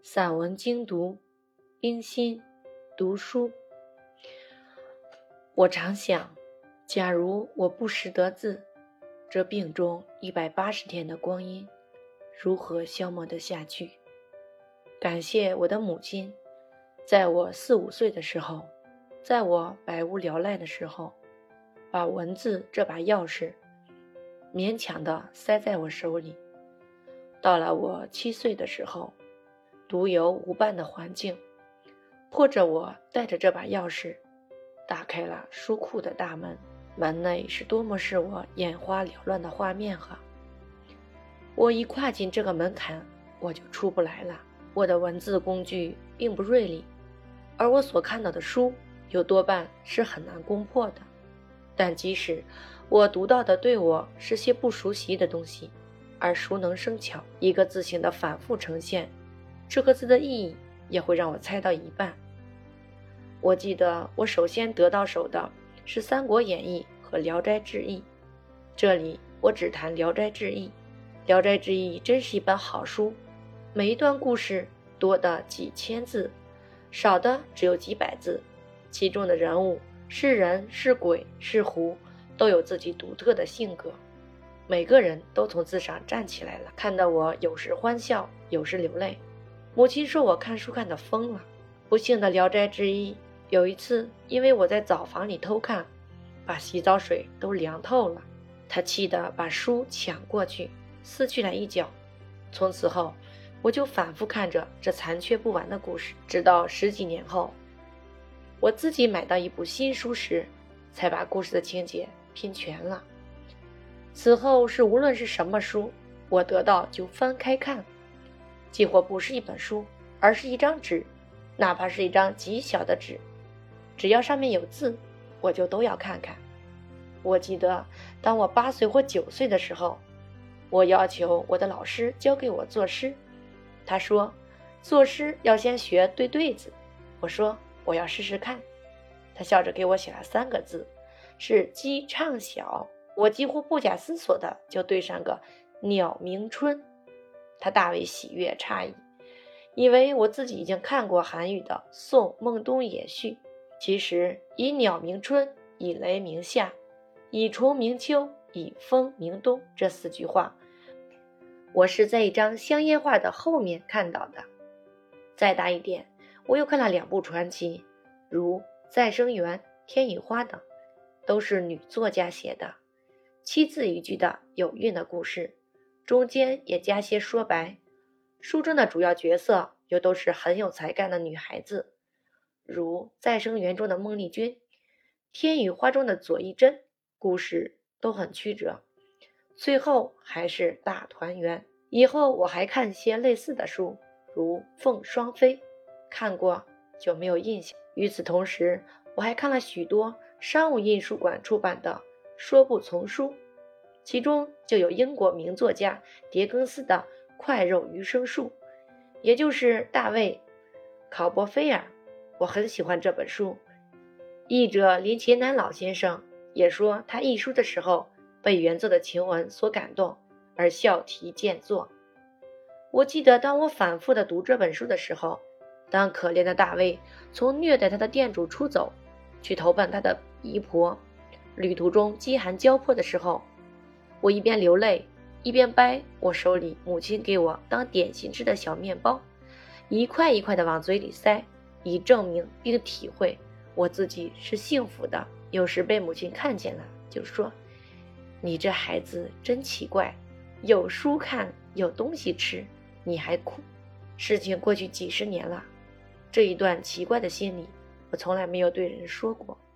散文精读，冰心读书。我常想，假如我不识得字，这病中180天的光阴如何消磨得下去？感谢我的母亲，在我4、5岁的时候，在我百无聊赖的时候，把文字这把钥匙勉强地塞在我手里。到了我7岁的时候，独有无伴的环境迫着我带着这把钥匙打开了书库的大门，门内是多么使我眼花缭乱的画面哈！我一跨进这个门槛，我就出不来了。我的文字工具并不锐利，而我所看到的书有多半是很难攻破的。但即使我读到的对我是些不熟悉的东西，而熟能生巧，一个字形的反复呈现，这个字的意义也会让我猜到一半。我记得我首先得到手的是《三国演义》和《聊斋志异》，这里我只谈《聊斋志异》。《聊斋志异》真是一本好书，每一段故事多的几千字，少的只有几百字，其中的人物是人是鬼是狐，都有自己独特的性格，每个人都从字上站起来了，看得我有时欢笑，有时流泪。母亲说我看书看得疯了。不幸的《聊斋志异》有一次，因为我在澡房里偷看，把洗澡水都凉透了，她气得把书抢过去，撕去了一角。从此后，我就反复看着这残缺不完的故事，直到10几年后，我自己买到一部新书时，才把故事的情节拼全了。此后是无论是什么书，我得到就翻开看，几乎不是一本书，而是一张纸，哪怕是一张极小的纸，只要上面有字，我就都要看看。我记得当我8岁或9岁的时候，我要求我的老师教给我作诗。他说作诗要先学对对子，我说我要试试看。他笑着给我写了3个字，是鸡唱晓。我几乎不假思索的就对上个鸟鸣春。他大为喜悦诧异，以为我自己已经看过韩愈的《宋孟东野序》。其实以鸟鸣春，以雷鸣夏，以虫鸣秋，以风鸣冬这4句话，我是在一张香烟画的后面看到的。再大一点，我又看了2部传奇，如《再生缘》《天与花》等，都是女作家写的，7字一句的有韵的故事，中间也加些说白。书中的主要角色又都是很有才干的女孩子，如《再生缘》中的孟丽君，《天与花》中的左一珍，故事都很曲折，最后还是大团圆。以后我还看些类似的书，如《凤双飞》，看过就没有印象。与此同时，我还看了许多商务印书馆出版的说不丛书，其中就有英国名作家狄更斯的《快肉余生术》，也就是大卫·考伯菲尔。我很喜欢这本书。译者林琴南老先生也说，他译书的时候被原作的情文所感动，而校题荐作。我记得当我反复地读这本书的时候，当可怜的大卫从虐待他的店主出走，去投奔他的姨婆，旅途中饥寒交迫的时候，我一边流泪，一边掰我手里母亲给我当点心吃的小面包，一块一块地往嘴里塞，以证明并体会我自己是幸福的。有时被母亲看见了，就说：“你这孩子真奇怪，有书看，有东西吃，你还哭。”事情过去几10年了，这一段奇怪的心理，我从来没有对人说过。